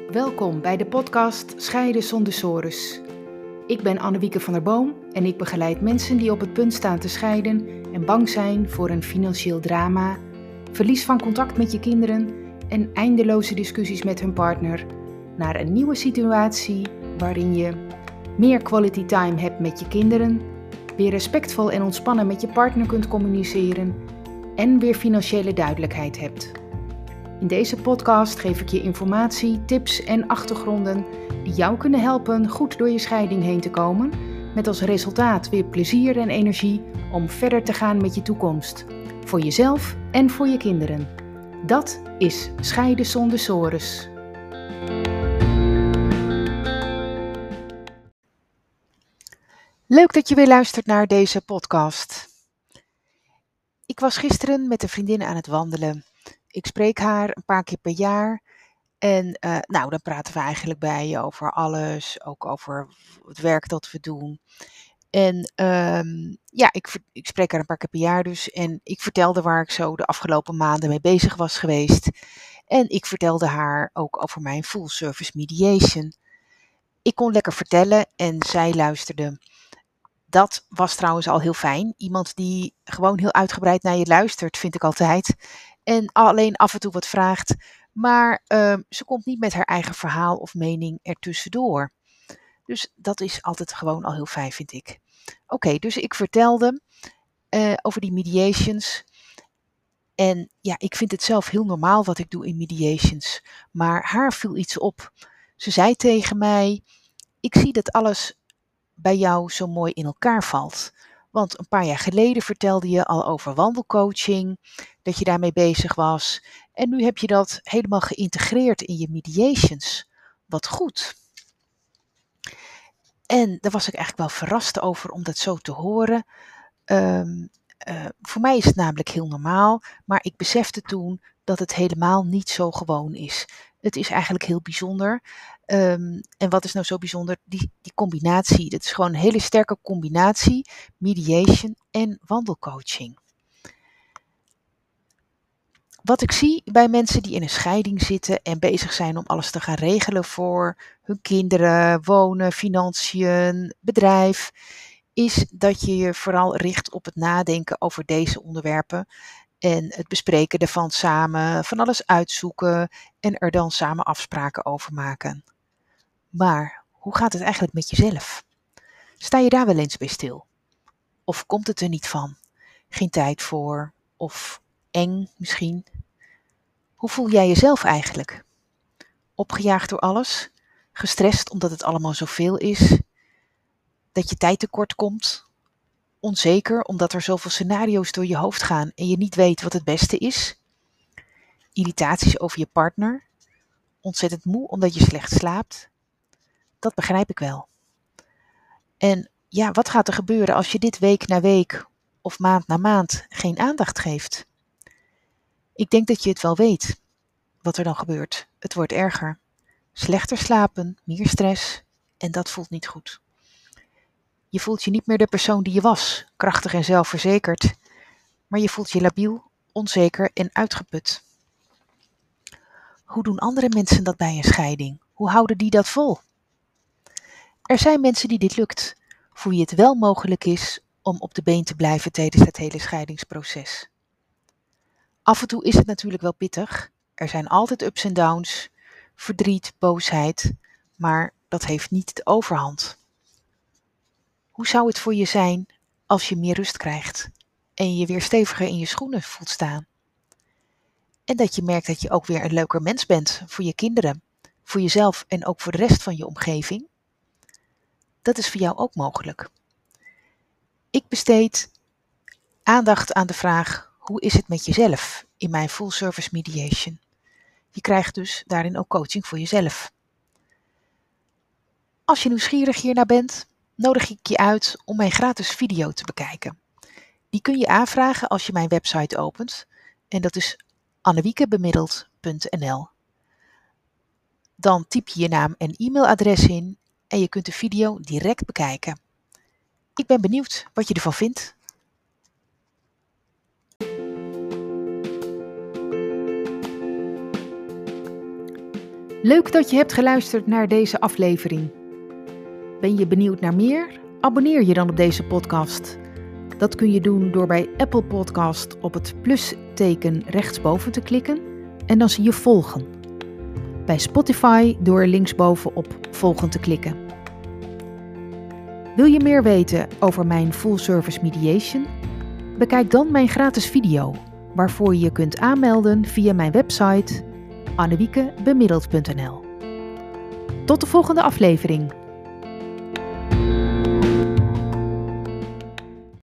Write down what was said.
Welkom bij de podcast Scheiden zonder sores. Ik ben Annewieke van der Boom en ik begeleid mensen die op het punt staan te scheiden en bang zijn voor een financieel drama, verlies van contact met je kinderen en eindeloze discussies met hun partner naar een nieuwe situatie waarin je meer quality time hebt met je kinderen, weer respectvol en ontspannen met je partner kunt communiceren en weer financiële duidelijkheid hebt. In deze podcast geef ik je informatie, tips en achtergronden die jou kunnen helpen goed door je scheiding heen te komen, met als resultaat weer plezier en energie om verder te gaan met je toekomst. Voor jezelf en voor je kinderen. Dat is Scheiden zonder sores. Leuk dat je weer luistert naar deze podcast. Ik was gisteren met een vriendin aan het wandelen. Ik spreek haar een paar keer per jaar. En dan praten we eigenlijk bij over alles, ook over het werk dat we doen. En ik spreek haar een paar keer per jaar dus. En ik vertelde waar ik zo de afgelopen maanden mee bezig was geweest. En ik vertelde haar ook over mijn full service mediation. Ik kon lekker vertellen en zij luisterde. Dat was trouwens al heel fijn. Iemand die gewoon heel uitgebreid naar je luistert, vind ik altijd. En alleen af en toe wat vraagt. Maar ze komt niet met haar eigen verhaal of mening ertussendoor. Dus dat is altijd gewoon al heel fijn, vind ik. Oké, dus ik vertelde over die mediations. En ja, ik vind het zelf heel normaal wat ik doe in mediations. Maar haar viel iets op. Ze zei tegen mij, ik zie dat alles bij jou zo mooi in elkaar valt. Want een paar jaar geleden vertelde je al over wandelcoaching, dat je daarmee bezig was. En nu heb je dat helemaal geïntegreerd in je mediations. Wat goed. En daar was ik eigenlijk wel verrast over om dat zo te horen. Voor mij is het namelijk heel normaal, maar ik besefte toen dat het helemaal niet zo gewoon is. Het is eigenlijk heel bijzonder. En wat is nou zo bijzonder? Die combinatie. Dat is gewoon een hele sterke combinatie, mediation en wandelcoaching. Wat ik zie bij mensen die in een scheiding zitten en bezig zijn om alles te gaan regelen voor hun kinderen, wonen, financiën, bedrijf, is dat je je vooral richt op het nadenken over deze onderwerpen en het bespreken ervan samen, van alles uitzoeken en er dan samen afspraken over maken. Maar hoe gaat het eigenlijk met jezelf? Sta je daar wel eens bij stil? Of komt het er niet van? Geen tijd voor? Of eng misschien? Hoe voel jij jezelf eigenlijk? Opgejaagd door alles? Gestrest omdat het allemaal zoveel is? Dat je tijd tekort komt? Onzeker omdat er zoveel scenario's door je hoofd gaan en je niet weet wat het beste is? Irritaties over je partner? Ontzettend moe omdat je slecht slaapt? Dat begrijp ik wel. En ja, wat gaat er gebeuren als je dit week na week of maand na maand geen aandacht geeft? Ik denk dat je het wel weet wat er dan gebeurt. Het wordt erger. Slechter slapen, meer stress en dat voelt niet goed. Je voelt je niet meer de persoon die je was, krachtig en zelfverzekerd, maar je voelt je labiel, onzeker en uitgeput. Hoe doen andere mensen dat bij een scheiding? Hoe houden die dat vol? Er zijn mensen die dit lukt, voor wie het wel mogelijk is om op de been te blijven tijdens het hele scheidingsproces. Af en toe is het natuurlijk wel pittig. Er zijn altijd ups en downs, verdriet, boosheid, maar dat heeft niet de overhand. Hoe zou het voor je zijn als je meer rust krijgt en je weer steviger in je schoenen voelt staan? En dat je merkt dat je ook weer een leuker mens bent voor je kinderen, voor jezelf en ook voor de rest van je omgeving? Dat is voor jou ook mogelijk. Ik besteed aandacht aan de vraag, hoe is het met jezelf in mijn full service mediation? Je krijgt dus daarin ook coaching voor jezelf. Als je nieuwsgierig hiernaar bent, nodig ik je uit om mijn gratis video te bekijken. Die kun je aanvragen als je mijn website opent en dat is annewiekebemiddeld.nl. Dan typ je je naam en e-mailadres in en je kunt de video direct bekijken. Ik ben benieuwd wat je ervan vindt. Leuk dat je hebt geluisterd naar deze aflevering. Ben je benieuwd naar meer? Abonneer je dan op deze podcast. Dat kun je doen door bij Apple Podcast op het plusteken rechtsboven te klikken en dan zie je volgen. Bij Spotify door linksboven op volgen te klikken. Wil je meer weten over mijn full service mediation? Bekijk dan mijn gratis video, waarvoor je je kunt aanmelden via mijn website annewiekebemiddeld.nl. Tot de volgende aflevering.